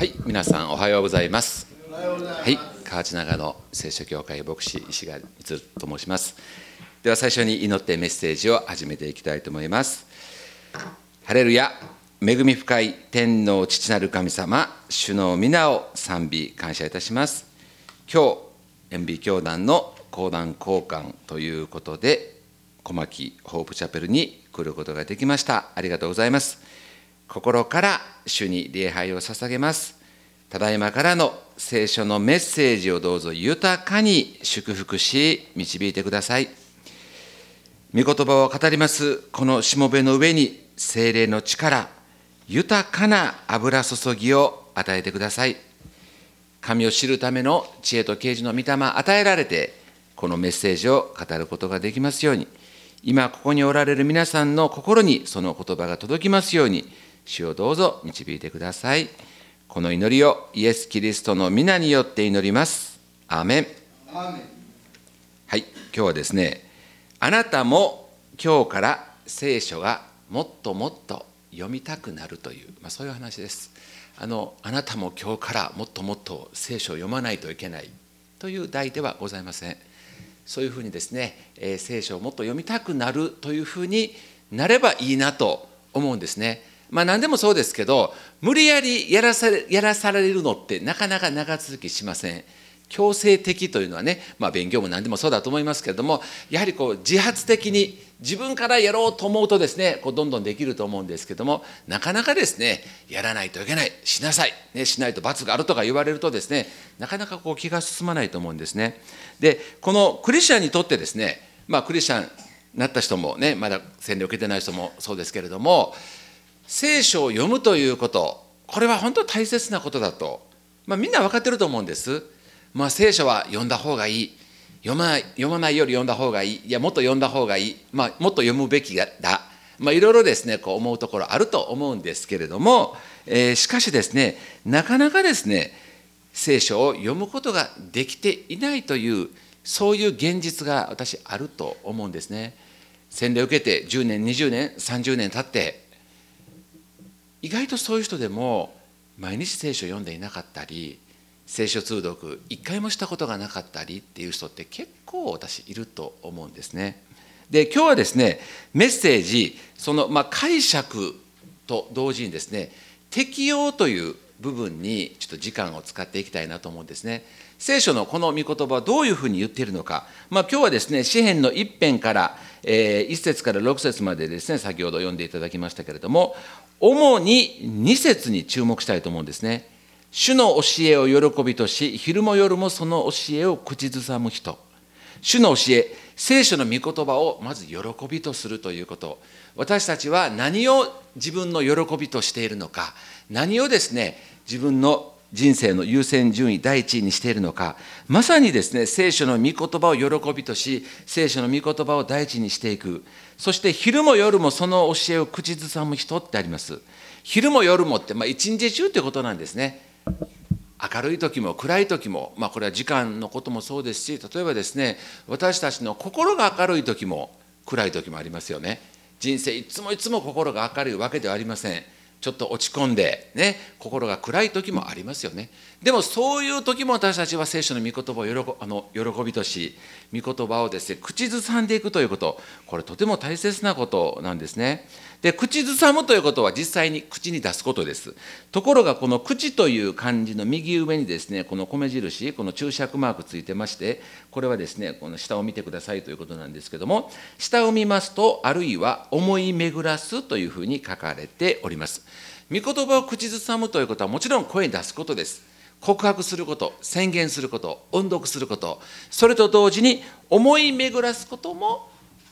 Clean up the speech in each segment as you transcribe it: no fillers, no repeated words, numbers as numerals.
はい、皆さんおはようございます。はい、河内長野聖書協会牧師石川光と申します。では最初に祈ってメッセージを始めていきたいと思います。ハレルヤ、恵み深い天の父なる神様、主の皆を賛美感謝いたします。今日塩ビ教団の講談交換ということで小牧ホープチャペルに来ることができました。ありがとうございます。心から主に礼拝を捧げます。ただいまからの聖書のメッセージをどうぞ豊かに祝福し導いてください。御言葉を語りますこのしもべの上に聖霊の力、豊かな油注ぎを与えてください。神を知るための知恵と啓示の御霊与えられて、このメッセージを語ることができますように、今ここにおられる皆さんの心にその言葉が届きますように、主をどうぞ導いてください。この祈りをイエス・キリストの皆によって祈ります。アーメン。はい、今日はですね、あなたも今日から聖書がもっともっと読みたくなるという、そういう話です。あなたも今日からもっともっと聖書を読まないといけないという題ではございません。そういうふうにですね、聖書をもっと読みたくなるというふうになればいいなと思うんですね。何でもそうですけど、無理やりやらされるのってなかなか長続きしません。強制的というのはね、勉強も何でもそうだと思いますけれども、やはり自発的に自分からやろうと思うとですね、どんどんできると思うんですけども、なかなかですね、やらないといけない、しなさい、しないと罰があるとか言われるとですね、なかなか気が進まないと思うんですね。で、このクリスチャンにとってですね、クリスチャンになった人もね、まだ洗礼を受けてない人もそうですけれども、聖書を読むということ、これは本当に大切なことだと、みんな分かってると思うんです。聖書は読んだ方がいい、読まないより読んだ方がいい、いやもっと読んだ方がいい、もっと読むべきだ、いろいろですね思うところあると思うんですけれども、しかしですね、なかなかですね聖書を読むことができていないという、そういう現実が私あると思うんですね。洗礼を受けて10年20年30年経って、意外とそういう人でも毎日聖書を読んでいなかったり、聖書通読一回もしたことがなかったりっていう人って結構私いると思うんですね。で、今日はですね、メッセージその解釈と同時にですね、適用という部分にちょっと時間を使っていきたいなと思うんですね。聖書のこの御言葉はどういうふうに言っているのか、今日はですね、詩編の1編から1節から6節までですね、先ほど読んでいただきましたけれども、主に2節に注目したいと思うんですね。主の教えを喜びとし、昼も夜もその教えを口ずさむ人。主の教え、聖書の御言葉をまず喜びとするということ。私たちは何を自分の喜びとしているのか、何をですね、自分の人生の優先順位第一位にしているのか、まさにですね、聖書の御言葉を喜びとし、聖書の御言葉を第一にしていく。そして昼も夜もその教えを口ずさむ人ってあります。昼も夜もって一日中ということなんですね。明るい時も暗い時も、これは時間のこともそうですし、例えばですね、私たちの心が明るい時も暗い時もありますよね。人生いつも心が明るいわけではありません。ちょっと落ち込んでね、心が暗い時もありますよね。でもそういう時も私たちは聖書の御言葉を喜びとし、御言葉をですね口ずさんでいくということ、これとても大切なことなんですね。で、口ずさむということは実際に口に出すことです。ところがこの口という漢字の右上にですね、この米印、この注釈マークついてまして、これはですね、この下を見てくださいということなんですけども、下を見ますと、あるいは思い巡らすというふうに書かれております。御言葉を口ずさむということはもちろん声に出すことです。告白すること、宣言すること、音読すること、それと同時に思い巡らすことも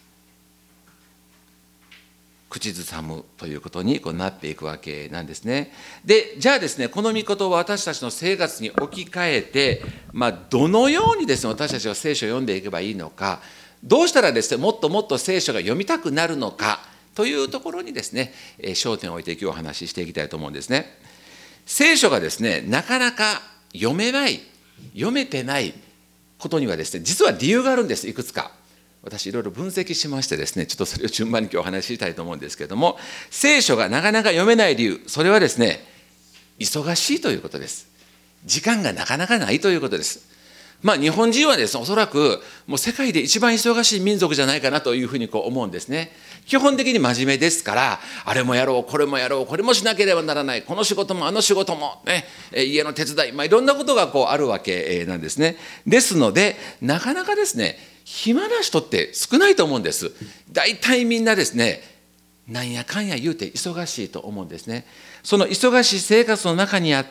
口ずさむということになっていくわけなんですね。で、じゃあですね、この御言葉を私たちの生活に置き換えて、どのようにですね、私たちは聖書を読んでいけばいいのか、どうしたらですね、もっともっと聖書が読みたくなるのかというところにですね、焦点を置いて今日お話ししていきたいと思うんですね。聖書がですね、なかなか読めてないことにはですね、実は理由があるんです。いくつか。私いろいろ分析しましてですね、ちょっとそれを順番に今日お話ししたいと思うんですけれども、聖書がなかなか読めない理由、それはですね、 忙しいということです。時間がなかなかないということです。日本人はですね、おそらくもう世界で一番忙しい民族じゃないかなというふうに思うんですね。基本的に真面目ですから、あれもやろう、これもやろう、これもしなければならない、この仕事もあの仕事も、ね、家の手伝い、いろんなことがあるわけなんですね。ですので、なかなかですね、暇な人って少ないと思うんです。大体みんなですね、なんやかんや言うて忙しいと思うんですね。その忙しい生活の中にあって、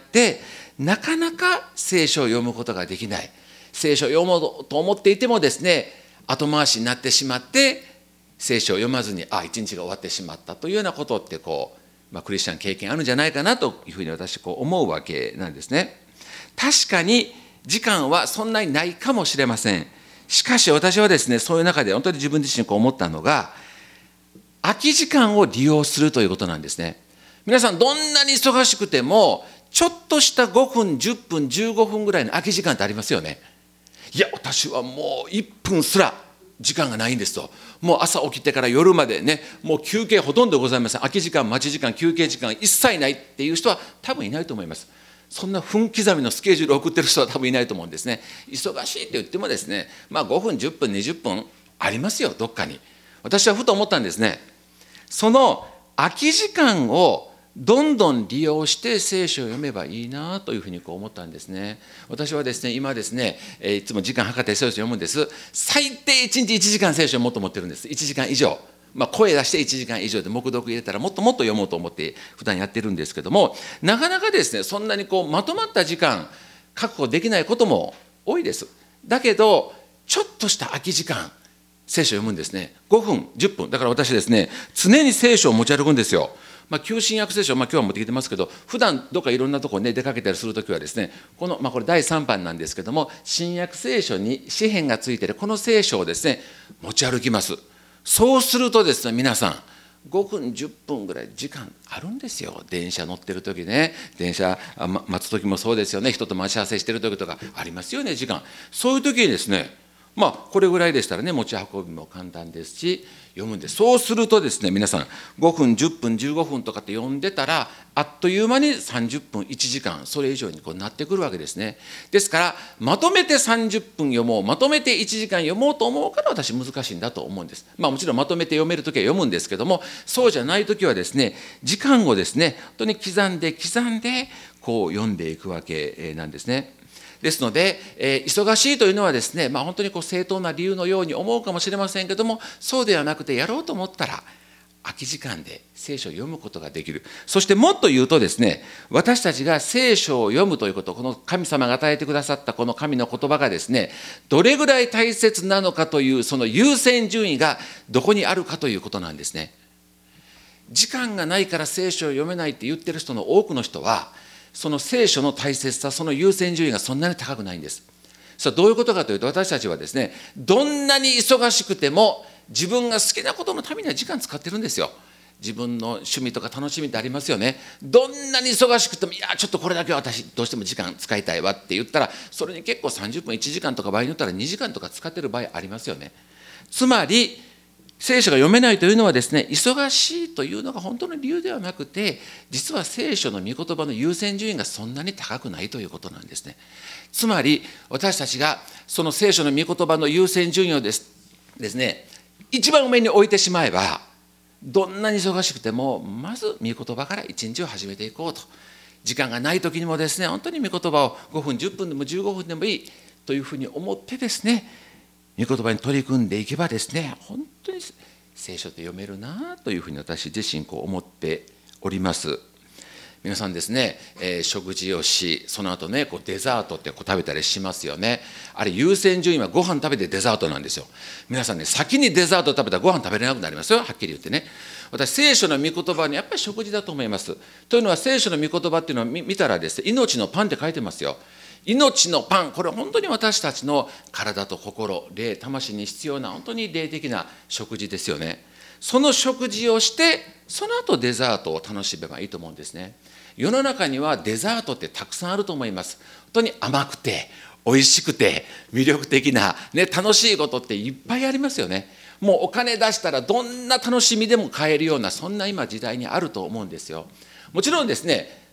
なかなか聖書を読むことができない。聖書を読もうと思っていてもですね、後回しになってしまって、聖書を読まずに一日が終わってしまったというようなことってクリスチャン経験あるんじゃないかなというふうに私思うわけなんですね。確かに時間はそんなにないかもしれません。しかし私はですね、そういう中で本当に自分自身思ったのが、空き時間を利用するということなんですね。皆さんどんなに忙しくてもちょっとした5分10分15分ぐらいの空き時間ってありますよね。いや私はもう1分すら時間がないんですと。もう朝起きてから夜までね、もう休憩ほとんどございません。空き時間、待ち時間、休憩時間一切ないっていう人は多分いないと思います。そんな分刻みのスケジュールを送ってる人は多分いないと思うんですね。忙しいって言ってもですね、5分10分20分ありますよ、どっかに。私はふと思ったんですね。その空き時間をどんどん利用して聖書を読めばいいなというふうに思ったんですね。私はですね、今ですね、いつも時間計って聖書を読むんです。最低1日1時間聖書をもっと持ってるんです。1時間以上。声出して1時間以上で黙読入れたらもっともっと読もうと思って普段やってるんですけども、なかなかですね、そんなにまとまった時間確保できないことも多いです。だけどちょっとした空き時間、聖書を読むんですね。5分10分だから私ですね、常に聖書を持ち歩くんですよ。旧新約聖書、今日は持ってきてますけど、普段どっかいろんなところね出かけたりするときはですね、これ第3版なんですけども、新約聖書に詩編がついているこの聖書をですね持ち歩きます。そうするとですね、皆さん5分10分ぐらい時間あるんですよ。電車乗ってる時ね、電車待つ時もそうですよね。人と待ち合わせしてる時とかありますよね、時間。そういう時にですね、これぐらいでしたらね、持ち運びも簡単ですし読むんです。そうするとですね、皆さん5分10分15分とかって読んでたら、あっという間に30分1時間それ以上になってくるわけですね。ですからまとめて30分読もう、まとめて1時間読もうと思うから私難しいんだと思うんです。もちろんまとめて読めるときは読むんですけども、そうじゃないときはですね、時間をですね本当に刻んで読んでいくわけなんですね。ですので、忙しいというのはですね、本当に正当な理由のように思うかもしれませんけども、そうではなくて、やろうと思ったら空き時間で聖書を読むことができる。そしてもっと言うとですね、私たちが聖書を読むということ、この神様が与えてくださったこの神の言葉がですね、どれぐらい大切なのかというその優先順位がどこにあるかということなんですね。時間がないから聖書を読めないって言ってる人の多くの人は、その聖書の大切さ、その優先順位がそんなに高くないんです。それはどういうことかというと、私たちはですね、どんなに忙しくても自分が好きなことのためには時間使ってるんですよ。自分の趣味とか楽しみってありますよね。どんなに忙しくても、いやちょっとこれだけは私どうしても時間使いたいわって言ったら、それに結構30分1時間とか場合によったら2時間とか使ってる場合ありますよね。つまり聖書が読めないというのはですね、忙しいというのが本当の理由ではなくて、実は聖書の御言葉の優先順位がそんなに高くないということなんですね。つまり私たちがその聖書の御言葉の優先順位をですね、一番上に置いてしまえば、どんなに忙しくてもまず御言葉から一日を始めていこうと。時間がない時にもですね、本当に御言葉を5分10分でも15分でもいいというふうに思ってですね、御言葉に取り組んでいけばですね、本当に聖書って読めるなというふうに私自身思っております。皆さんですね、食事をし、その後ねデザートって食べたりしますよね。あれ優先順位はご飯食べてデザートなんですよ。皆さんね、先にデザート食べたらご飯食べれなくなりますよ、はっきり言ってね。私聖書の御言葉にやっぱり食事だと思います。というのは聖書の御言葉っていうのを見たらですね、命のパンって書いてますよ。命のパン、これは本当に私たちの体と心、霊、魂に必要な本当に霊的な食事ですよね。その食事をして、その後デザートを楽しめばいいと思うんですね。世の中にはデザートってたくさんあると思います。本当に甘くて美味しくて魅力的な、楽しいことっていっぱいありますよね。もうお金出したらどんな楽しみでも買えるような、そんな今時代にあると思うんですよ。もちろんですね、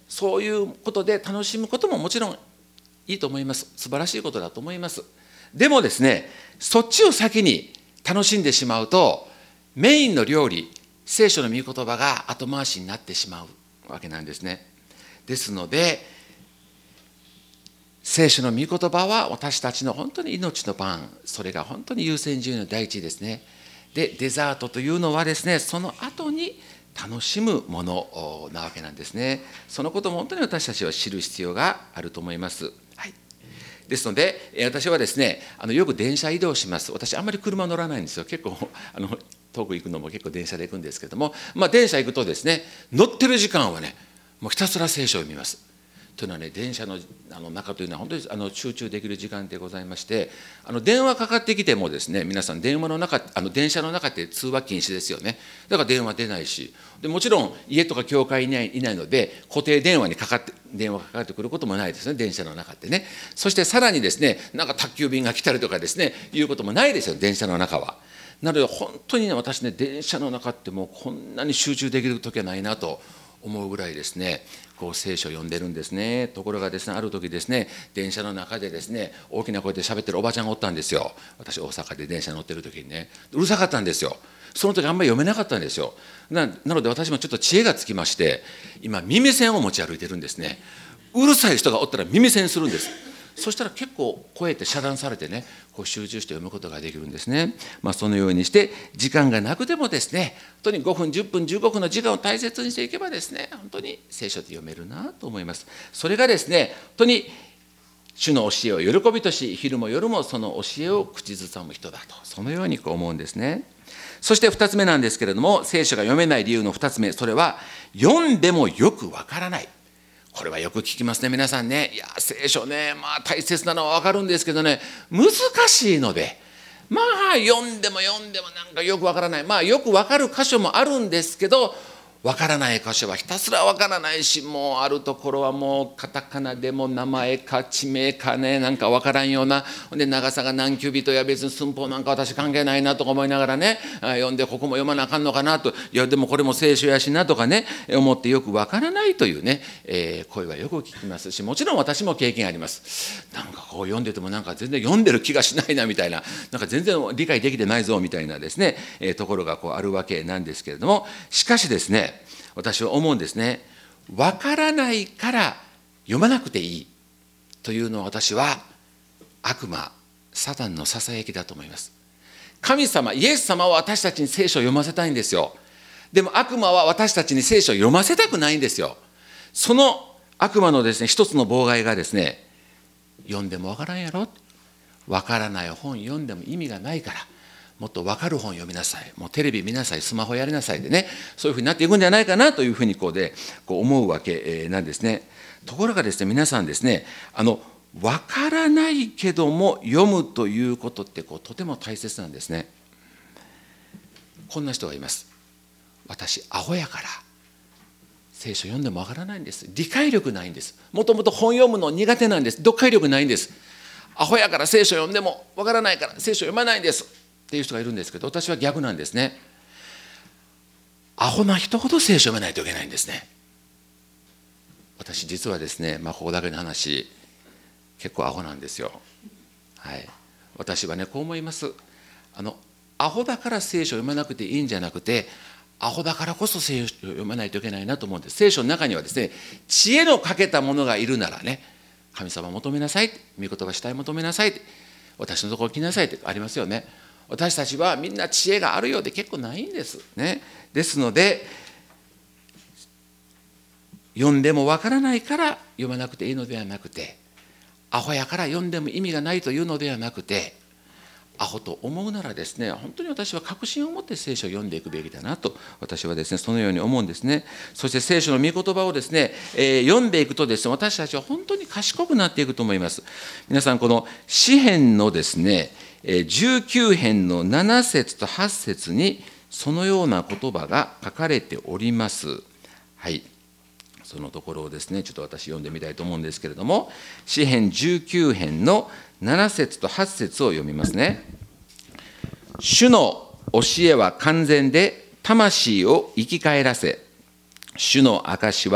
そういうことで楽しむことももちろんいいと思います。素晴らしいことだと思います。でもですね、そっちを先に楽しんでしまうと、メインの料理、聖書の御言葉が後回しになってしまうわけなんですね。ですので、聖書の御言葉は私たちの本当に命のパン、それが本当に優先順位の第一位ですね。で、デザートというのはですね、その後に楽しむものなわけなんですね。そのことも本当に私たちは知る必要があると思います。はい、ですので、私はですね、よく電車移動します。私、あんまり車乗らないんですよ。結構遠く行くのも結構電車で行くんですけども、電車行くとですね、乗ってる時間はね、もうひたすら聖書を読みます。というのはね、電車の中というのは本当に集中できる時間でございまして、電話かかってきてもですね、皆さん電話の中、電車の中って通話禁止ですよね。だから電話出ないし、でもちろん家とか教会にいないので、固定電話に電話がかかってくることもないですね、電車の中ってね。そしてさらにですね、なんか宅急便が来たりとかですね、いうこともないですよ、電車の中は。なので本当にね、私ね、電車の中ってもうこんなに集中できる時はないなと思うぐらいですね、こう聖書を読んでるんですね。ところがですね、ある時ですね、電車の中でですね、大きな声で喋ってるおばちゃんがおったんですよ。私大阪で電車乗ってる時にね、うるさかったんですよ。その時あんまり読めなかったんですよ。なので私もちょっと知恵がつきまして、今耳栓を持ち歩いてるんですね。うるさい人がおったら耳栓するんです。そしたら結構声って遮断されてね、こう集中して読むことができるんですね。そのようにして時間がなくてもですね、本当に5分10分15分の時間を大切にしていけばですね、本当に聖書って読めるなと思います。それがですね、本当に主の教えを喜びとし、昼も夜もその教えを口ずさむ人だと、そのように思うんですね。そして2つ目なんですけれども、聖書が読めない理由の2つ目、それは読んでもよくわからない。これはよく聞きますね、皆さんね。いや、聖書ね、大切なのは分かるんですけどね、難しいので、読んでもなんかよく分からない。よく分かる箇所もあるんですけど、分からない箇所はひたすら分からないし、もうあるところはもうカタカナでも名前か地名かね、なんか分からんような、で長さが何キュビットや別に寸法なんか私関係ないなとか思いながらね、読んでここも読まなあかんのかなと、いやでもこれも聖書やしなとかね、思ってよく分からないというね、声はよく聞きますし、もちろん私も経験あります。なんかこう読んでてもなんか全然読んでる気がしないなみたいな、なんか全然理解できてないぞみたいなですね、ところがあるわけなんですけれども、しかしですね、私は思うんですね。分からないから読まなくていいというのは、私は悪魔、サタンのささやきだと思います。神様、イエス様は私たちに聖書を読ませたいんですよ。でも悪魔は私たちに聖書を読ませたくないんですよ。その悪魔のですね、一つの妨害がですね、読んでも分からんやろ、分からない本読んでも意味がないから、もっと分かる本読みなさい、もうテレビ見なさい、スマホやりなさいでね、そういうふうになっていくんじゃないかなというふうに思うわけなんですね。ところがですね、皆さんですね、分からないけども読むということってとても大切なんですね。こんな人がいます。私アホやから聖書読んでも分からないんです。理解力ないんです。もともと本読むの苦手なんです。読解力ないんです。アホやから聖書読んでも分からないから聖書読まないんですっていう人がいるんですけど、私は逆なんですね。アホな人ほど聖書を読めないといけないんですね。私実はですね、ここだけの話、結構アホなんですよ。はい、私はね、こう思います。アホだから聖書を読まなくていいんじゃなくて、アホだからこそ聖書を読まないといけないなと思うんです。聖書の中にはですね、知恵のかけた者がいるならね、神様求めなさい、御言葉主体求めなさい、私のところ来なさいってありますよね。私たちはみんな知恵があるようで結構ないんですね。ですので、読んでもわからないから読まなくていいのではなくて、アホやから読んでも意味がないというのではなくて、アホと思うならですね、本当に私は確信を持って聖書を読んでいくべきだなと、私はですね、そのように思うんですね。そして聖書の御言葉をですね、読んでいくとですね、私たちは本当に賢くなっていくと思います。皆さん、この詩編のですね、19編の7節と8節にそのような言葉が書かれております。はい。そのところをですね、ちょっと私読んでみたいと思うんですけれども、詩編19編の7節と8節を読みますね。主の教えは完全で魂を生き返らせ、主の証は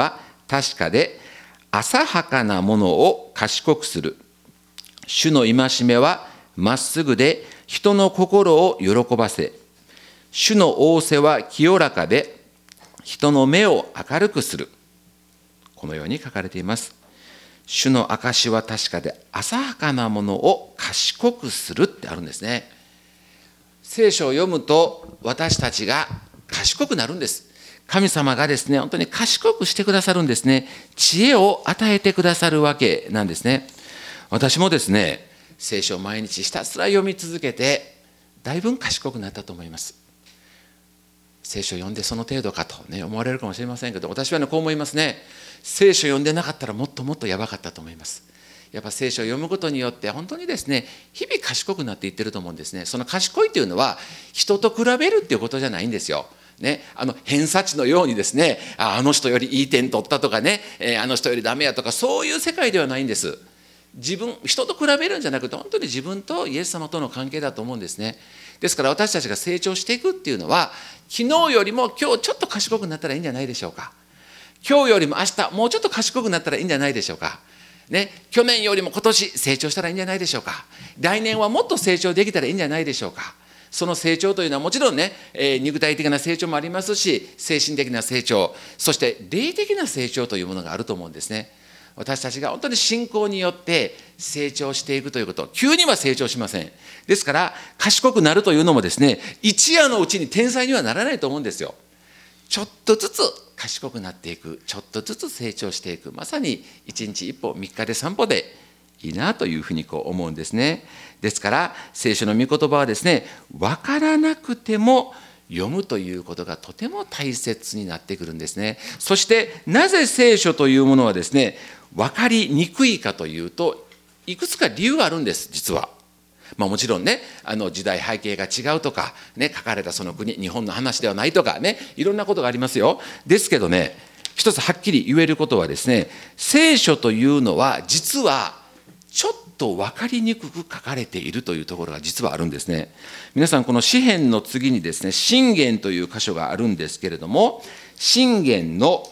確かで、浅はかなものを賢くする。主の戒めはまっすぐで、人の心を喜ばせ、主の仰せは清らかで、人の目を明るくする。このように書かれています。主の証は確かで、浅はかなものを賢くするってあるんですね。聖書を読むと私たちが賢くなるんです。神様がですね、本当に賢くしてくださるんですね。知恵を与えてくださるわけなんですね。私もですね、聖書を毎日ひたすら読み続けて、だいぶ賢くなったと思います。聖書を読んでその程度かと、思われるかもしれませんけど、私はこう思いますね。聖書を読んでなかったらもっともっとやばかったと思います。やっぱ聖書を読むことによって本当にですね、日々賢くなっていってると思うんですね。その賢いというのは人と比べるっていうことじゃないんですよ。偏差値のようにですね、あの人よりいい点取ったとかね、あの人よりダメやとか、そういう世界ではないんです。人と比べるんじゃなくて、本当に自分とイエス様との関係だと思うんですね。ですから私たちが成長していくっていうのは、昨日よりも今日ちょっと賢くなったらいいんじゃないでしょうか。今日よりも明日もうちょっと賢くなったらいいんじゃないでしょうか。去年よりも今年成長したらいいんじゃないでしょうか。来年はもっと成長できたらいいんじゃないでしょうか。その成長というのはもちろんね、肉体的な成長もありますし、精神的な成長、そして霊的な成長というものがあると思うんですね。私たちが本当に信仰によって成長していくということ、急には成長しません。ですから賢くなるというのもですね、一夜のうちに天才にはならないと思うんですよ。ちょっとずつ賢くなっていく、ちょっとずつ成長していく、まさに1日1歩、3日で3歩でいいなというふうに思うんですね。ですから聖書の御言葉はですね、分からなくても読むということがとても大切になってくるんですね。そしてなぜ聖書というものはですね、分かりにくいかというと、いくつか理由があるんです、実は。もちろんね、時代背景が違うとか、書かれたその国、日本の話ではないとかいろんなことがありますよ。ですけどね、一つはっきり言えることはですね、聖書というのは実はちょっと分かりにくく書かれているというところが実はあるんですね。皆さん、この詩編の次にですね、箴言という箇所があるんですけれども、箴言の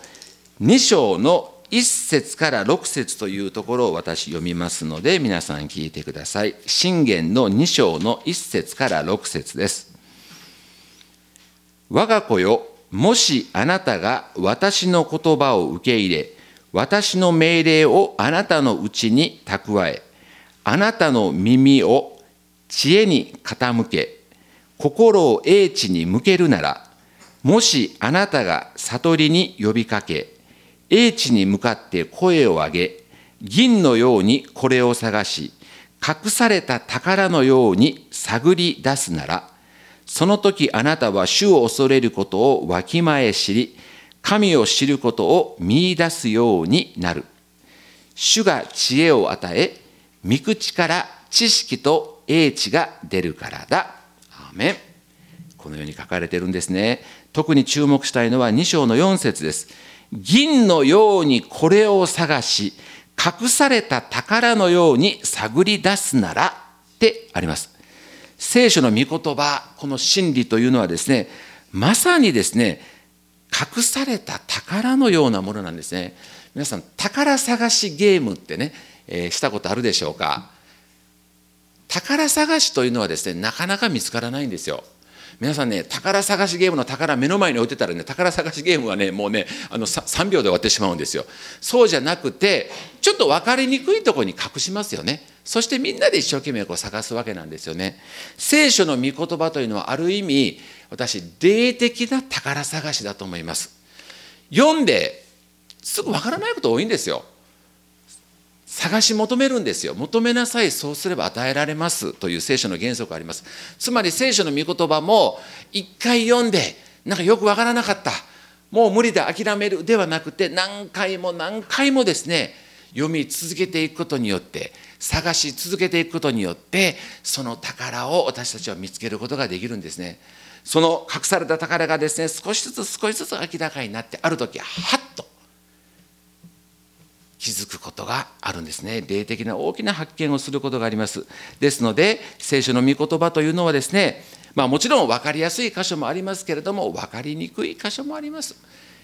2章の1節から6節というところを私読みますので、皆さん聞いてください。箴言の2章の1節から6節です。我が子よ、もしあなたが私の言葉を受け入れ、私の命令をあなたのうちに蓄え、あなたの耳を知恵に傾け、心を英知に向けるなら、もしあなたが悟りに呼びかけ、英知に向かって声を上げ、銀のようにこれを探し、隠された宝のように探り出すなら、その時あなたは主を恐れることをわきまえ知り、神を知ることを見出すようになる。主が知恵を与え、御口から知識と英知が出るからだ。アーメン。このように書かれているんですね。特に注目したいのは2章の4節です。銀のようにこれを探し、隠された宝のように探り出すならってあります。聖書の御言葉、この真理というのはですね、まさにですね、隠された宝のようなものなんですね。皆さん、宝探しゲームってね、したことあるでしょうか。宝探しというのはですね、なかなか見つからないんですよ。皆さんね、宝探しゲームの宝目の前に置いてたらね、宝探しゲームはね、もうね、3秒で終わってしまうんですよ。そうじゃなくて、ちょっと分かりにくいところに隠しますよね。そしてみんなで一生懸命探すわけなんですよね。聖書の御言葉というのはある意味、私、霊的な宝探しだと思います。読んですぐ分からないこと多いんですよ。探し求めるんですよ。求めなさい、そうすれば与えられますという聖書の原則があります。つまり聖書の御言葉も一回読んでなんかよくわからなかった、もう無理だ諦めるではなくて、何回も何回もですね、読み続けていくことによって、探し続けていくことによって、その宝を私たちは見つけることができるんですね。その隠された宝がですね、少しずつ少しずつ明らかになって、ある時はっと気づくことがあるんですね。霊的な大きな発見をすることがあります。ですので、聖書の御言葉というのはですね、もちろん分かりやすい箇所もありますけれども、分かりにくい箇所もあります。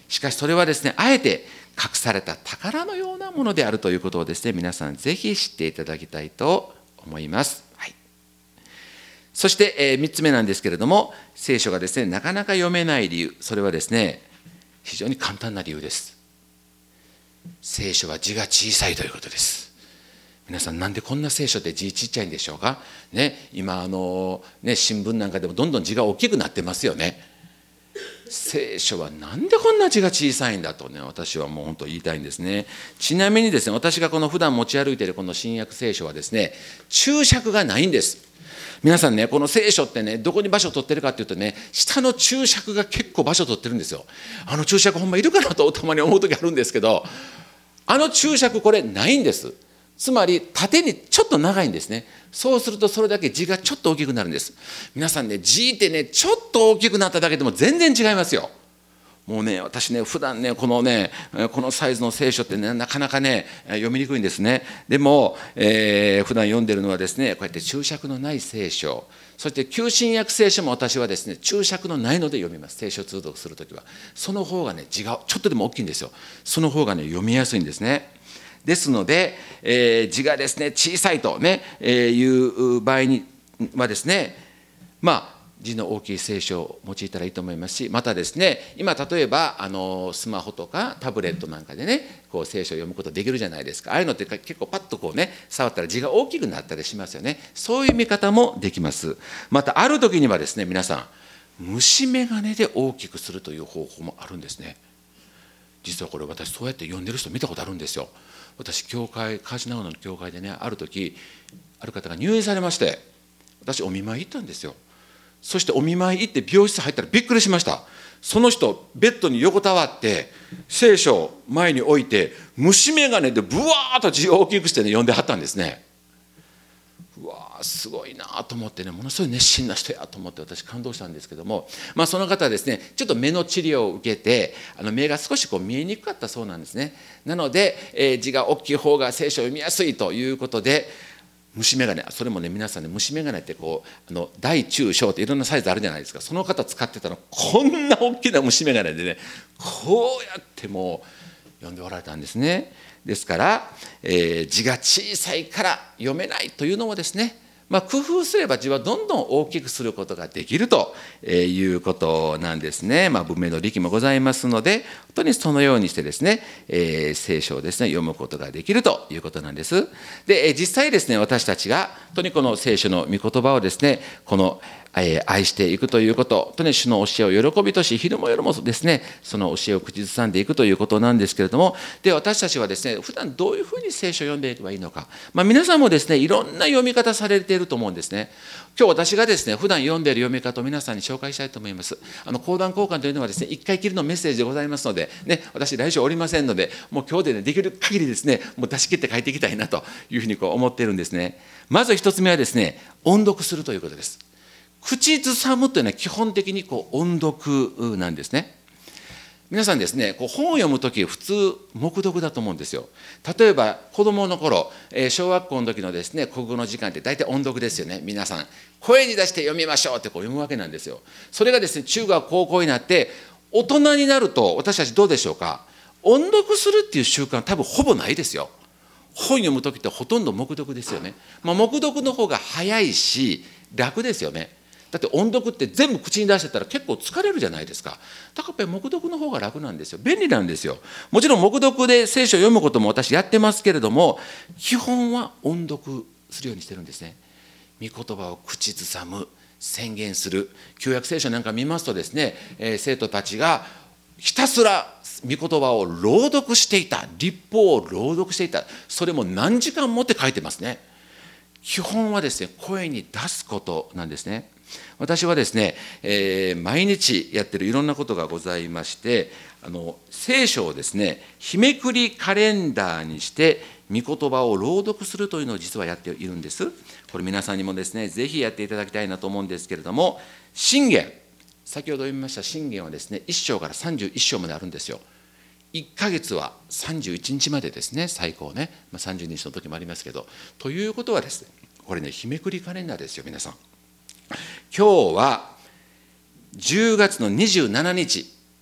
しかしそれはですね、あえて隠された宝のようなものであるということをですね、皆さんぜひ知っていただきたいと思います。はい、そして、3つ目なんですけれども、聖書がですね、なかなか読めない理由、それはですね、非常に簡単な理由です。聖書は字が小さいということです。皆さん、なんでこんな聖書って字ちっちゃいんでしょうか。ね、今新聞なんかでもどんどん字が大きくなってますよね。聖書はなんでこんな字が小さいんだとね、私はもう本当言いたいんですね。ちなみにですね、私がこの普段持ち歩いているこの新約聖書はですね、注釈がないんです。皆さんね、この聖書ってね、どこに場所を取ってるかっていうとね、下の注釈が結構場所を取ってるんですよ。あの注釈ほんまいるかなとたまに思う時あるんですけど、あの注釈これないんです。つまり縦にちょっと長いんですね。そうするとそれだけ字がちょっと大きくなるんです。皆さんね、字ってね、ちょっと大きくなっただけでも全然違いますよ。もうね、私ね、普段ね、このサイズの聖書ってね、なかなかね、読みにくいんですね。でも、普段読んでるのはですね、こうやって注釈のない聖書、そして旧新約聖書も私はですね、注釈のないので読みます。聖書通読するときは。その方がね、字がちょっとでも大きいんですよ。その方がね、読みやすいんですね。ですので、字がですね、小さいとね、いう場合にはですね、字の大きい聖書を用いたらいいと思いますし、またですね、今例えばスマホとかタブレットなんかでね、こう聖書を読むことできるじゃないですか。ああいうのって結構パッとこうね、触ったら字が大きくなったりしますよね。そういう見方もできます。またある時にはですね、皆さん、虫眼鏡で大きくするという方法もあるんですね。実はこれ私そうやって読んでる人見たことあるんですよ。私教会、河内長野の教会でね、ある時ある方が入院されまして、私お見舞い行ったんですよ。そしてお見舞い行って美容室入ったらびっくりしました。その人ベッドに横たわって聖書を前に置いて虫眼鏡でブワーッと字を大きくしてね、読んではったんですね。うわー、すごいなと思ってね、ものすごい熱心な人やと思って私感動したんですけども、その方はですね、ちょっと目の治療を受けて目が少しこう見えにくかったそうなんですね。なので、字が大きい方が聖書を読みやすいということで、虫眼鏡、それもね、皆さんね、虫眼鏡ってこう大中小っていろんなサイズあるじゃないですか。その方使ってたのこんな大きな虫眼鏡でね、こうやってもう読んでおられたんですね。ですから、字が小さいから読めないというのもですね、工夫すれば字はどんどん大きくすることができるということなんですね。文明の利器もございますので、本当にそのようにしてですね、聖書をですね、読むことができるということなんです。で、実際ですね、私たちが本当にこの聖書の御言葉をですね、愛していくということ、本当に主の教えを喜びとし、昼も夜もですね、その教えを口ずさんでいくということなんですけれども、で、私たちはですね、普段どういうふうに聖書を読んでいけばいいのか、皆さんもですね、いろんな読み方されていると思うんですね。今日私がですね、普段読んでいる読み方を皆さんに紹介したいと思います。講談交換というのはですね、一回きりのメッセージでございますので、ね、私来週おりませんので、もう今日でね、できる限りですね、もう出し切って書いていきたいなというふうに思っているんですね。まず一つ目はですね、音読するということです。口ずさむというのは基本的に音読なんですね。皆さんですね、本を読むとき普通黙読だと思うんですよ。例えば子どもの頃、小学校の時のですね、国語の時間って大体音読ですよね。皆さん声に出して読みましょうって読むわけなんですよ。それがですね、中学高校になって大人になると、私たちどうでしょうか。音読するっていう習慣多分ほぼないですよ。本読むときってほとんど黙読ですよね。黙読の方が早いし楽ですよね。だって音読って全部口に出してたら結構疲れるじゃないですか。だからやっぱり黙読の方が楽なんですよ。便利なんですよ。もちろん黙読で聖書を読むことも私やってますけれども、基本は音読するようにしてるんですね。御言葉を口ずさむ、宣言する。旧約聖書なんか見ますとですね、生徒たちがひたすら御言葉を朗読していた。律法を朗読していた。それも何時間もって書いてますね。基本はですね、声に出すことなんですね。私はですね、毎日やってるいろんなことがございまして、聖書をですね、日めくりカレンダーにして御言葉を朗読するというのを実はやっているんです。これ皆さんにもですね、ぜひやっていただきたいなと思うんですけれども、箴言、先ほど読みました箴言はですね、1章から31章まであるんですよ。1ヶ月は31日までですね、最高ね、30日の時もありますけど、ということはですね、これね、日めくりカレンダーですよ、皆さん。今日は10月の27日、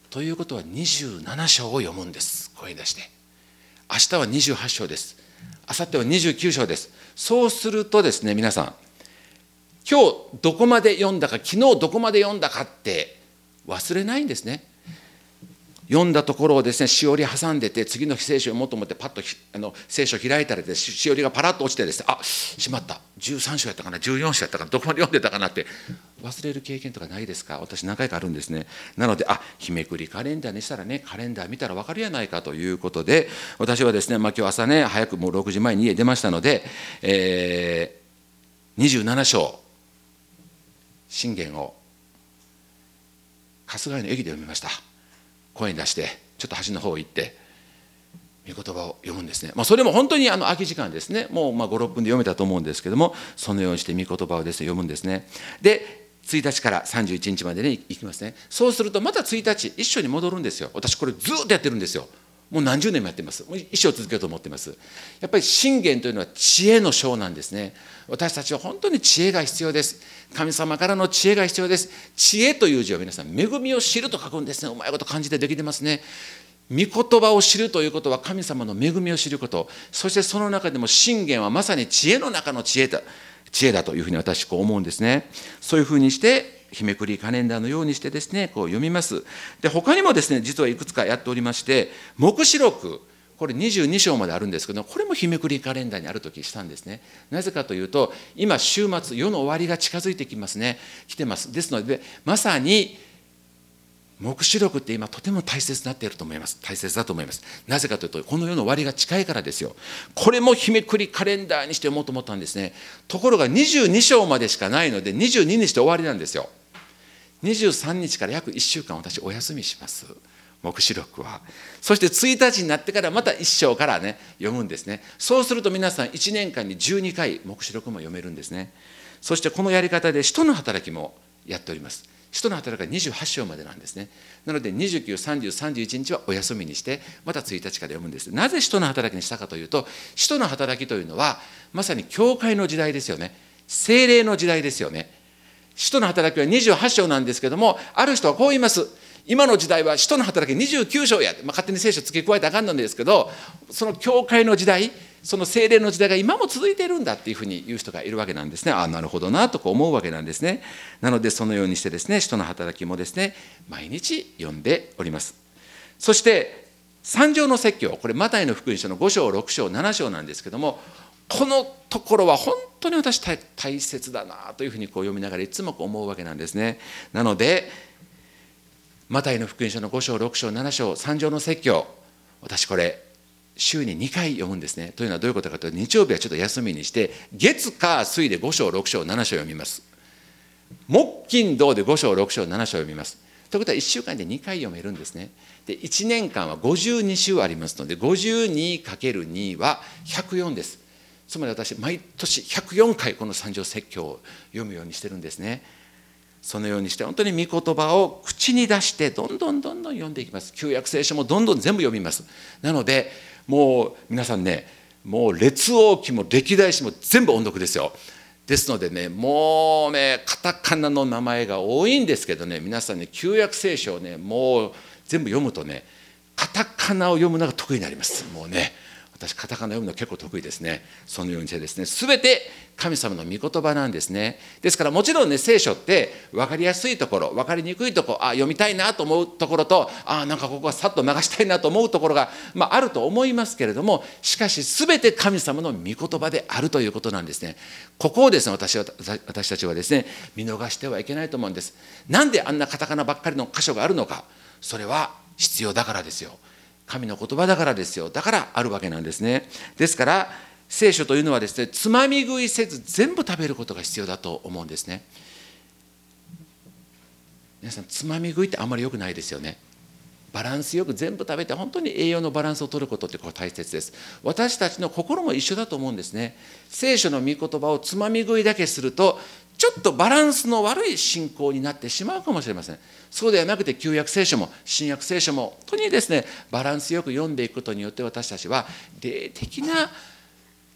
ということは27章を読むんです。声出して。明日は28章です。明後日は29章です。そうするとですね、皆さん、今日どこまで読んだか、昨日どこまで読んだかって忘れないんですね。読んだところをですね、しおり挟んでて、次の聖書を読もうと思ってパッと聖書を開いたらですね、しおりがパラッと落ちてですね、あ、しまった、13章やったかな、14章やったかな、どこまで読んでたかなって忘れる経験とかないですか？私何回かあるんですね。なので、日めくりカレンダーにしたらね、カレンダー見たら分かるやないかということで、私はですね、今日朝ね、早くもう6時前に家出ましたので、27章箴言を春日井の駅で読みました。声に出してちょっと端の方行って御言葉を読むんですね。それも本当に空き時間ですね。もう5、6分で読めたと思うんですけども、そのようにして御言葉をですね、読むんですね。で1日から31日までに行きますね。そうするとまた1日一緒に戻るんですよ。私これずっとやってるんですよ。もう何十年もやってます。もう一生続けようと思ってます。やっぱり箴言というのは知恵の章なんですね。私たちは本当に知恵が必要です。神様からの知恵が必要です。知恵という字は皆さん、恵みを知ると書くんですね。うまいこと漢字でできてますね。御言葉を知るということは神様の恵みを知ること、そしてその中でも箴言はまさに知恵の中の知恵だというふうに私こう思うんですね。そういうふうにして日めくりカレンダーのようにしてですね、こう読みます。で他にもですね、実はいくつかやっておりまして、黙示録、これ22章まであるんですけど、これも日めくりカレンダーにあるときしたんですね。なぜかというと、今週末、世の終わりが近づいてきますね。来てます。ですので、まさに黙示録って今とても大切になっていると思います。大切だと思います。なぜかというと、この世の終わりが近いからですよ。これも日めくりカレンダーにして読もうと思ったんですね。ところが22章までしかないので、22日で終わりなんですよ。23日から約1週間私お休みします。黙示録は。そして1日になってからまた1章からね、読むんですね。そうすると皆さん1年間に12回黙示録も読めるんですね。そしてこのやり方で使徒の働きもやっております。使徒の働きは28章までなんですね。なので29、30、31日はお休みにして、また1日から読むんです。なぜ使徒の働きにしたかというと、使徒の働きというのはまさに教会の時代ですよね。聖霊の時代ですよね。使徒の働きは28章なんですけども、ある人はこう言います。今の時代は使徒の働き29章や、勝手に聖書付け加えてあかんのですけど、その教会の時代、その聖霊の時代が今も続いているんだっていうふうに言う人がいるわけなんですね。なるほどなとこう思うわけなんですね。なのでそのようにしてですね、使徒の働きもですね、毎日読んでおります。そして三条の説教、これマタイの福音書の5章、6章、7章なんですけども、このところは本当に私大切だなというふうにこう読みながらいつもこう思うわけなんですね。なのでマタイの福音書の5章、6章、7章、三条の説教、私これ週に2回読むんですね。というのはどういうことかというと、日曜日はちょっと休みにして月火水で5章、6章、7章読みます。木金土で5章、6章、7章読みます。ということは1週間で2回読めるんですね。で1年間は52週ありますので、52×2 は104です。つまり私毎年104回この三条説教を読むようにしてるんですね。そのようにして本当に御言葉を口に出してどんどん読んでいきます。旧約聖書もどんどん全部読みます。なのでもう皆さんね、もう列王記も歴代史も全部音読ですよ。ですのでね、もうねカタカナの名前が多いんですけどね、皆さんね旧約聖書をねもう全部読むとね、カタカナを読むのが得意になります。もうね、私カタカナ読むの結構得意ですね。そのようにしてですね、全て神様の御言葉なんですね。ですからもちろんね、聖書って分かりやすいところ、分かりにくいところ、読みたいなと思うところと、なんかここはさっと流したいなと思うところが、あると思いますけれども、しかし全て神様の御言葉であるということなんですね。ここをですね、私たちはですね、見逃してはいけないと思うんです。なんであんなカタカナばっかりの箇所があるのか、それは必要だからですよ。神の言葉だからですよ。だからあるわけなんですね。ですから聖書というのはですね、つまみ食いせず全部食べることが必要だと思うんですね。皆さんつまみ食いってあんまり良くないですよね。バランスよく全部食べて本当に栄養のバランスを取ることってこれ大切です。私たちの心も一緒だと思うんですね。聖書の御言葉をつまみ食いだけするとちょっとバランスの悪い信仰になってしまうかもしれません。そうではなくて旧約聖書も新約聖書も本当にですね、バランスよく読んでいくことによって私たちは霊的な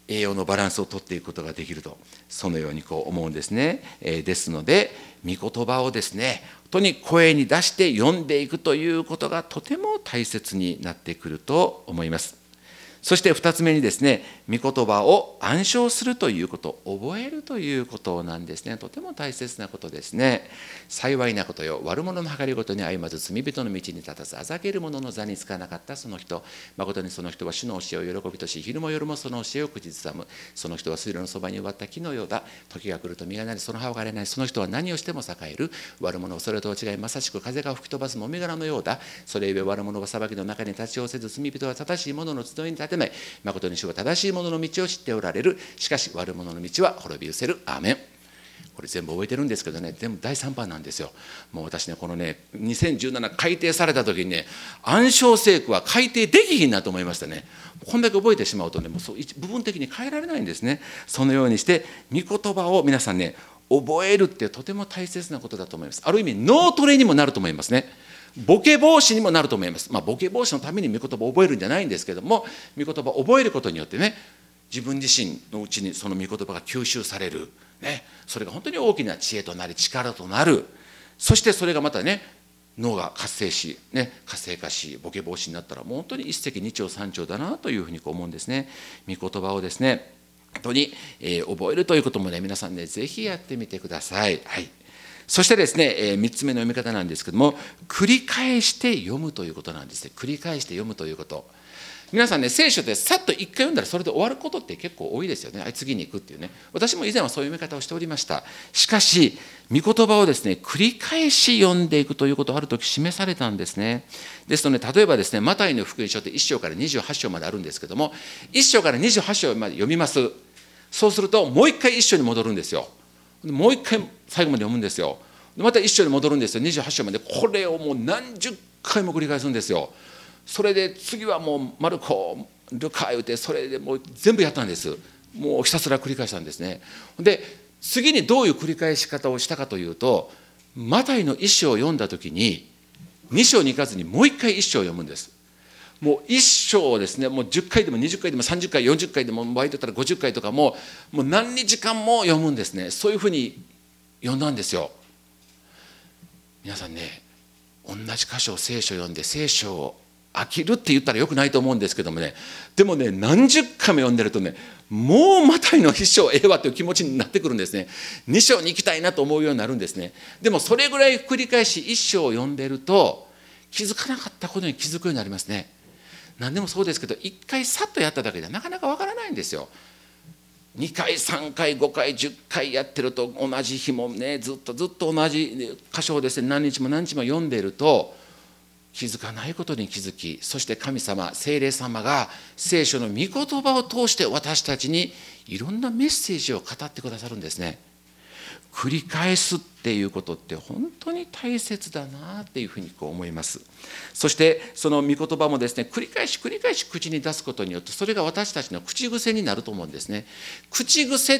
栄養のバランスをとっていくことができると、そのように思うんですね。ですので、御言葉をですね、本当に声に出して読んでいくということがとても大切になってくると思います。そして2つ目にですね、御言葉を暗唱するということ、覚えるということなんですね。とても大切なことですね。幸いなことよ、悪者の計りごとに歩まず、罪人の道に立たず、あざける者の座につかなかったその人、誠にその人は主の教えを喜びとし、昼も夜もその教えを口ずさむ。その人は水路のそばに植わった木のようだ。時が来ると実がなり、その葉は枯れない。その人は何をしても栄える。悪者はそれと違い、まさしく風が吹き飛ばすもみ殻のようだ。それゆえ悪者は裁きの中に立ち寄せず、罪人は正しい者の集いに立てない。誠に主は正しい者の道を知っておられる。しかし悪者の道は滅び失せる。アーメン。これ全部覚えてるんですけどね、全部第3版なんですよ。もう私ね、このね、2017改訂された時にね、暗唱聖句は改訂できひんなと思いましたね。こんだけ覚えてしまうとね、もうそう部分的に変えられないんですね。そのようにして、御言葉を皆さんね、覚えるってとても大切なことだと思います。ある意味、脳トレにもなると思いますね。ボケ防止にもなると思います。ボケ防止のために御言葉を覚えるんじゃないんですけども、御言葉を覚えることによってね、自分自身のうちにその御言葉が吸収される、ね、それが本当に大きな知恵となり力となる。そしてそれがまたね、脳が活性し、ね、活性化し、ボケ防止になったらもう本当に一石二鳥三鳥だなというふうに思うんですね。御言葉をですね、本当に、覚えるということもね、皆さんね、ぜひやってみてください。はい。そしてですね、3つ目の読み方なんですけども、繰り返して読むということなんですね。繰り返して読むということ。皆さんね、聖書でさっと一回読んだらそれで終わることって結構多いですよね。次に行くっていうね。私も以前はそういう読み方をしておりました。しかし、御言葉をですね、繰り返し読んでいくということをある時示されたんですね。ですので、例えばですね、マタイの福音書って1章から28章まであるんですけども、1章から28章まで読みます。そうすると、もう一回1章に戻るんですよ。もう一回最後まで読むんですよ。また1章に戻るんですよ。28章まで。これをもう何十回も繰り返すんですよ。それで次はもうマルコ、ルカ言うて、それでもう全部やったんです。もうひたすら繰り返したんですね。で、次にどういう繰り返し方をしたかというと、マタイの1章を読んだ時に、2章に行かずにもう一回1章を読むんです。もう1章をですね、もう10回でも20回でも30回、40回でも、場合だったら50回とかもう何日間も読むんですね。そういうふうに読んだんですよ。皆さんね、同じ箇所を聖書を読んで聖書を飽きるって言ったらよくないと思うんですけどもね、でもね、何十回も読んでるとね、もうマタイの1章ええわという気持ちになってくるんですね。2章に行きたいなと思うようになるんですね。でもそれぐらい繰り返し1章を読んでると、気づかなかったことに気づくようになりますね。何でもそうですけど、1回さっとやっただけではなかなかわからないんですよ。2回3回5回10回やってると、同じ日もね、ずっと同じ箇所をですね、何日も読んでいると、気づかないことに気づき、そして神様、聖霊様が聖書の御言葉を通して私たちにいろんなメッセージを語ってくださるんですね。繰り返すっていうことって本当に大切だなっていうふうに思います。そしてその御言葉もですね、繰り返し口に出すことによって、それが私たちの口癖になると思うんですね。口癖って、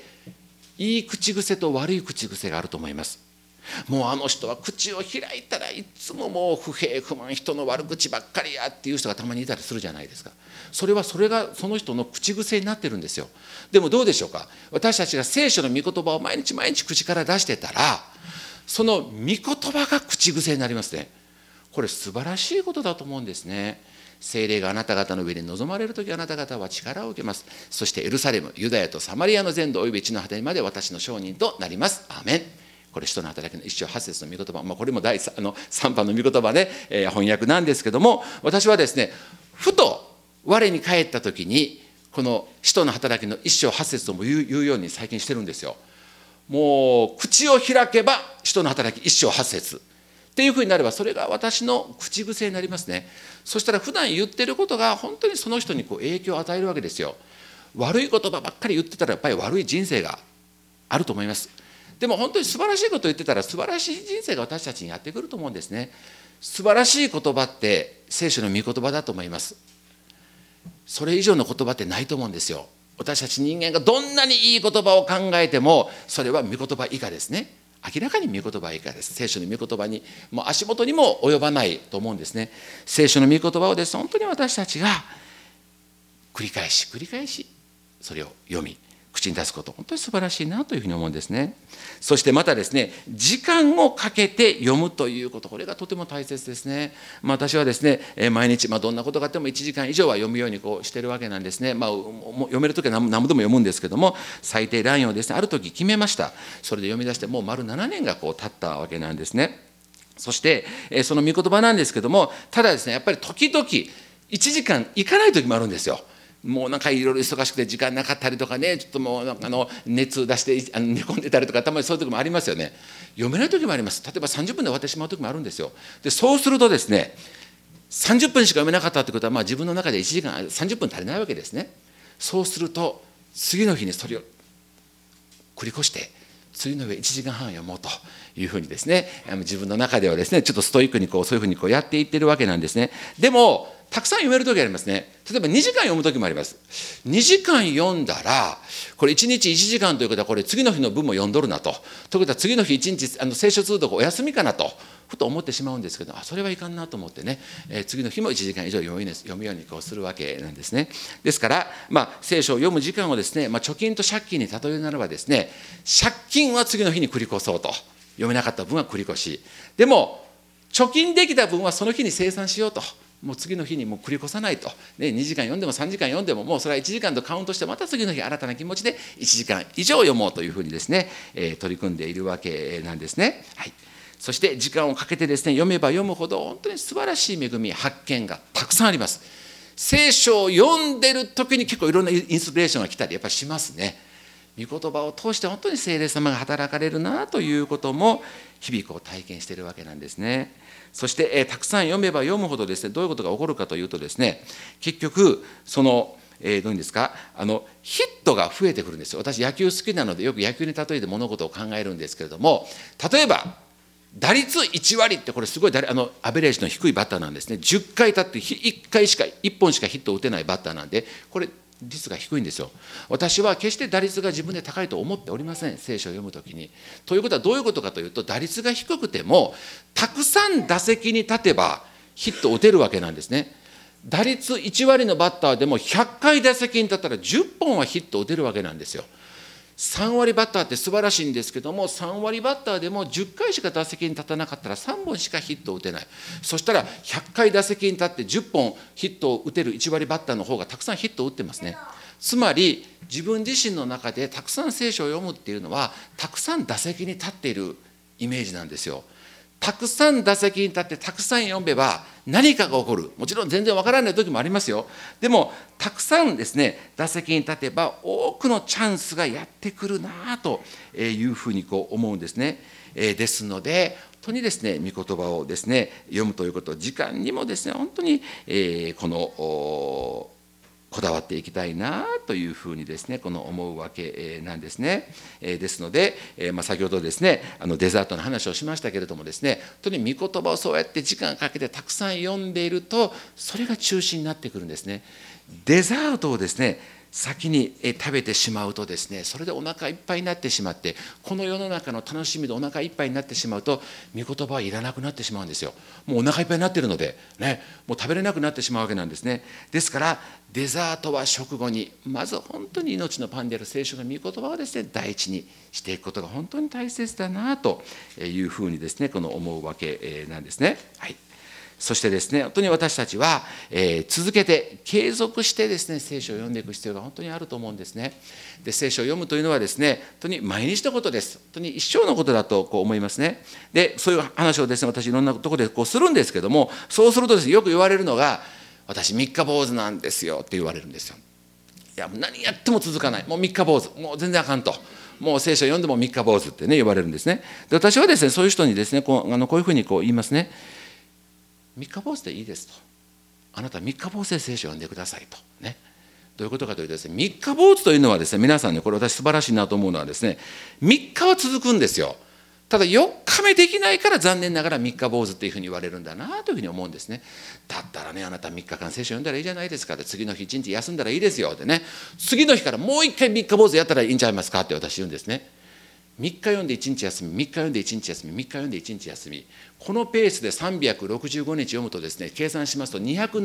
いい口癖と悪い口癖があると思います。もうあの人は口を開いたらいつももう不平不満、人の悪口ばっかりやっていう人がたまにいたりするじゃないですか。それがその人の口癖になってるんですよ。でもどうでしょうか。私たちが聖書の御言葉を毎日口から出してたら、その御言葉が口癖になりますね。これ素晴らしいことだと思うんですね。聖霊があなた方の上に臨まれるとき、あなた方は力を受けます。そしてエルサレム、ユダヤとサマリアの全土および地の果てまで私の証人となります。アーメン。これ、使徒の働きの1章8節の御言葉、これも第3版の御言葉で、翻訳なんですけども、私はですね、ふと我に返った時に、この使徒の働きの1章8節とも言うように最近してるんですよ。もう口を開けば使徒の働き1章8節っていうふうになれば、それが私の口癖になりますね。そしたら普段言ってることが本当にその人に影響を与えるわけですよ。悪い言葉ばっかり言ってたら、やっぱり悪い人生があると思います。でも本当に素晴らしいことを言ってたら、素晴らしい人生が私たちにやってくると思うんですね。素晴らしい言葉って聖書の御言葉だと思います。それ以上の言葉ってないと思うんですよ。私たち人間がどんなにいい言葉を考えても、それは御言葉以下ですね。明らかに御言葉以下です。聖書の御言葉にもう足元にも及ばないと思うんですね。聖書の御言葉をですね、本当に私たちが繰り返しそれを読み口に出すこと、本当に素晴らしいなというふうに思うんですね。そしてまたですね、時間をかけて読むということ、これがとても大切ですね。私はですね、毎日、どんなことがあっても1時間以上は読むようにしてるわけなんですね。読めるときは何度も読むんですけども、最低ラインをですね、ある時決めました。それで読み出して、もう丸7年が経ったわけなんですね。そして、その御言葉なんですけども、ただですね、やっぱり時々1時間いかない時もあるんですよ。もうなんかいろいろ忙しくて時間なかったりとかね、ちょっともう熱出して寝込んでたりとか、たまにそういう時もありますよね。読めない時もあります。例えば30分で終わってしまう時もあるんですよ。でそうするとですね、30分しか読めなかったということは、自分の中で1時間30分足りないわけですね。そうすると次の日にそれを繰り越して次の上1時間半読もうというふうにですね、自分の中ではですね、ちょっとストイックにそういうふうにやっていってるわけなんですね。でもたくさん読める時ありますね。例えば2時間読む時もあります。2時間読んだら、これ1日1時間ということは、これ次の日の分も読んどるなと。ということは次の日1日聖書通読お休みかなとふと思ってしまうんですけど、それはいかんなと思ってね、次の日も1時間以上読むようにするわけなんですね。ですから、聖書を読む時間をですね、貯金と借金に例えるならばですね、借金は次の日に繰り越そうと。読めなかった分は繰り越し。でも貯金できた分はその日に清算しようと。もう次の日にもう繰り越さないと、2時間読んでも3時間読んでも、もうそれは1時間とカウントして、また次の日新たな気持ちで1時間以上読もうというふうにですね、取り組んでいるわけなんですね。はい、そして時間をかけてですね、読めば読むほど本当に素晴らしい恵み、発見がたくさんあります。聖書を読んでる時に結構いろんなインスピレーションが来たりやっぱりしますね。御言葉を通して本当に聖霊様が働かれるなということも日々体験しているわけなんですね。そして、たくさん読めば読むほどですね、どういうことが起こるかというとですね、結局その、どういうんですか、ヒットが増えてくるんですよ。私野球好きなのでよく野球に例えて物事を考えるんですけれども、例えば打率1割ってこれすごいアベレージの低いバッターなんですね。10回立って1本しかヒットを打てないバッターなんで、これ率が低いんですよ。私は決して打率が自分で高いと思っておりません、聖書を読むときに。ということはどういうことかというと、打率が低くてもたくさん打席に立てばヒットを打てるわけなんですね。打率1割のバッターでも100回打席に立ったら10本はヒットを打てるわけなんですよ。3割バッターって素晴らしいんですけども、3割バッターでも10回しか打席に立たなかったら3本しかヒットを打てない。そしたら100回打席に立って10本ヒットを打てる1割バッターの方がたくさんヒットを打ってますね。つまり自分自身の中でたくさん聖書を読むっていうのは、たくさん打席に立っているイメージなんですよ。たくさん打席に立ってたくさん読めば何かが起こる。もちろん全然わからない時もありますよ。でもたくさんですね、打席に立てば多くのチャンスがやってくるなというふうに思うんですね。ですので本当にですね、御言葉をですね読むということ、時間にもですね本当にこだわっていきたいなというふうにですね思うわけなんですね。ですので、先ほどですねデザートの話をしましたけれどもですね、本当に御言葉をそうやって時間かけてたくさん読んでいると、それが中心になってくるんですね。デザートをですね先に食べてしまうとですね、それでお腹いっぱいになってしまって、この世の中の楽しみでお腹いっぱいになってしまうと、御言葉はいらなくなってしまうんですよ。もうお腹いっぱいになっているので、もう食べれなくなってしまうわけなんですね。ですからデザートは食後に、まず本当に命のパンである聖書の御言葉をですね第一にしていくことが本当に大切だなというふうにですね思うわけなんですね。はい。そしてですね、本当に私たちは、続けて継続してですね聖書を読んでいく必要が本当にあると思うんですね。で聖書を読むというのはですね、本当に毎日のことです。本当に一生のことだと思いますね。でそういう話をですね私いろんなところでするんですけども、そうするとですねよく言われるのが、私三日坊主なんですよって言われるんですよ。いや何やっても続かない、もう三日坊主、もう全然あかんと、もう聖書を読んでも三日坊主ってね言われるんですね。で私はですねそういう人にですねこういうふうに言いますね。三日坊主でいいですと。あなた三日坊主で聖書を読んでくださいとね。どういうことかというとですね、三日坊主というのはですね、皆さんねこれ私素晴らしいなと思うのはですね、3日は続くんですよ。ただ4日目できないから残念ながら三日坊主っていうふうに言われるんだなというふうに思うんですね。だったらね、あなた3日間聖書読んだらいいじゃないですかって、次の日1日休んだらいいですよってね、次の日からもう一回三日坊主やったらいいんちゃいますかって私言うんですね。 3日読んで1日休み、3日読んで1日休み、3日読んで1日休み、このペースで365日読むとですね、計算しますと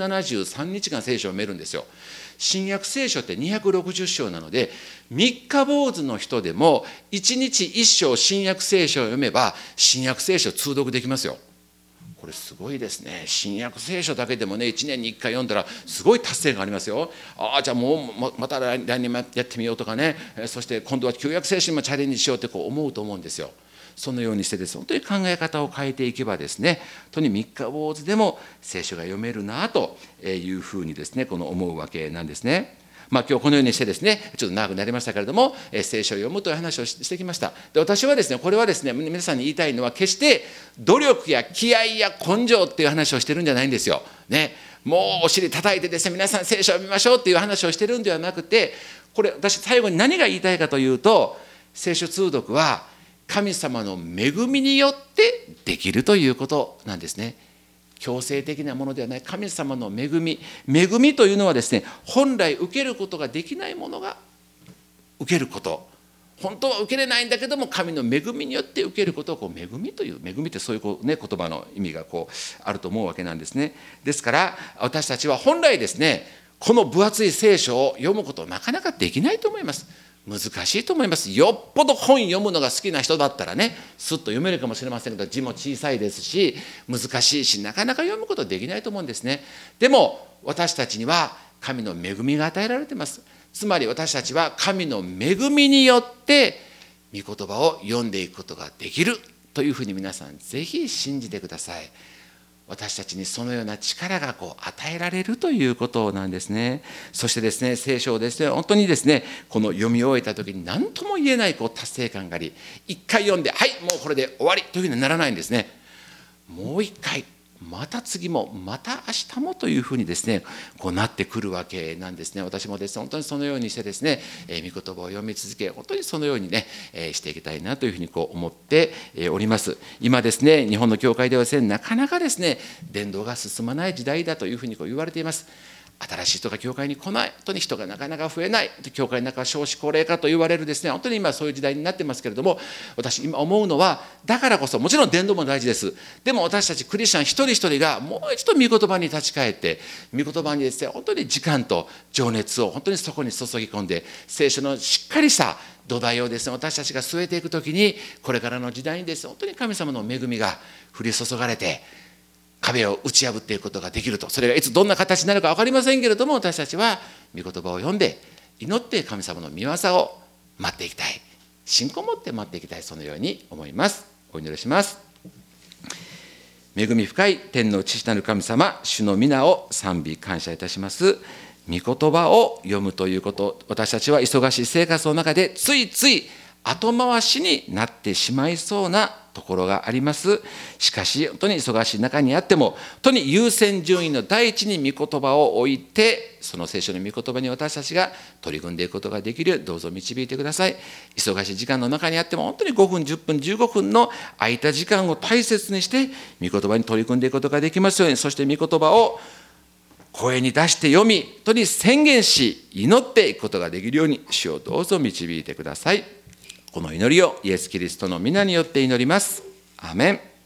273日間聖書を読めるんですよ。新約聖書って260章なので、3日坊主の人でも1日1章新約聖書を読めば新約聖書を通読できますよ。これすごいですね。新約聖書だけでもね、1年に1回読んだらすごい達成感ありますよ。じゃあもうまた来年もやってみようとかね、そして今度は旧約聖書にもチャレンジしようって思うと思うんですよ。そのようにしてですね、本当に考え方を変えていけばですね、本当に三日坊主でも聖書が読めるなというふうにですね、思うわけなんですね。今日このようにしてですね、ちょっと長くなりましたけれども、聖書を読むという話をしてきました。で、私はですね、これはですね、皆さんに言いたいのは、決して努力や気合や根性っていう話をしてるんじゃないんですよ。ね、もうお尻叩いてですね、皆さん聖書を読みましょうっていう話をしてるんではなくて、これ私最後に何が言いたいかというと、聖書通読は神様の恵みによってできるということなんですね。強制的なものではない神様の恵み。恵みというのはですね、本来受けることができないものが受けること。本当は受けれないんだけども、神の恵みによって受けることを恵みという、恵みってそういう言葉の意味があると思うわけなんですね。ですから私たちは本来ですね、この分厚い聖書を読むことなかなかできないと思います。難しいと思います。よっぽど本読むのが好きな人だったらね、すっと読めるかもしれませんけど、字も小さいですし難しいし、なかなか読むことできないと思うんですね。でも私たちには神の恵みが与えられています。つまり私たちは神の恵みによって御言葉を読んでいくことができるというふうに皆さんぜひ信じてください。私たちにそのような力が与えられるということなんですね。そしてですね、聖書をですね、本当にですね、この読み終えた時に何とも言えない達成感があり、一回読んで、はい、もうこれで終わりというふうにならないんですね。もう一回、また次も、また明日もというふうにですね、なってくるわけなんですね。私もですね、本当にそのようにしてですね、御言葉を読み続け、本当にそのようにね、していきたいなというふうに思っております。今ですね、日本の教会ではですね、なかなかですね、伝道が進まない時代だというふうに言われています。新しい人が教会に来ない、本当に人がなかなか増えない、教会の中は少子高齢化と言われるですね、本当に今そういう時代になってますけれども、私今思うのは、だからこそもちろん伝道も大事です。でも私たちクリスチャン一人一人がもう一度御言葉に立ち返って、御言葉にですね、本当に時間と情熱を本当にそこに注ぎ込んで、聖書のしっかりした土台をですね、私たちが据えていくときに、これからの時代にですね、本当に神様の恵みが降り注がれて、壁を打ち破っていくことができると。それがいつどんな形になるか分かりませんけれども、私たちは御言葉を読んで祈って神様の御業を待っていきたい、信仰を持って待っていきたい、そのように思います。お祈りします。恵み深い天の父なる神様、主の皆を賛美感謝いたします。御言葉を読むということ、私たちは忙しい生活の中でついつい後回しになってしまいそうなところがあります。しかし本当に忙しい中にあっても、本当に優先順位の第一に御言葉を置いて、その聖書の御言葉に私たちが取り組んでいくことができるようどうぞ導いてください。忙しい時間の中にあっても、本当に5分10分15分の空いた時間を大切にして御言葉に取り組んでいくことができますように、そして御言葉を声に出して読み、本当に宣言し祈っていくことができるように、主をどうぞ導いてください。この祈りをイエス・キリストの皆によって祈ります。アーメン。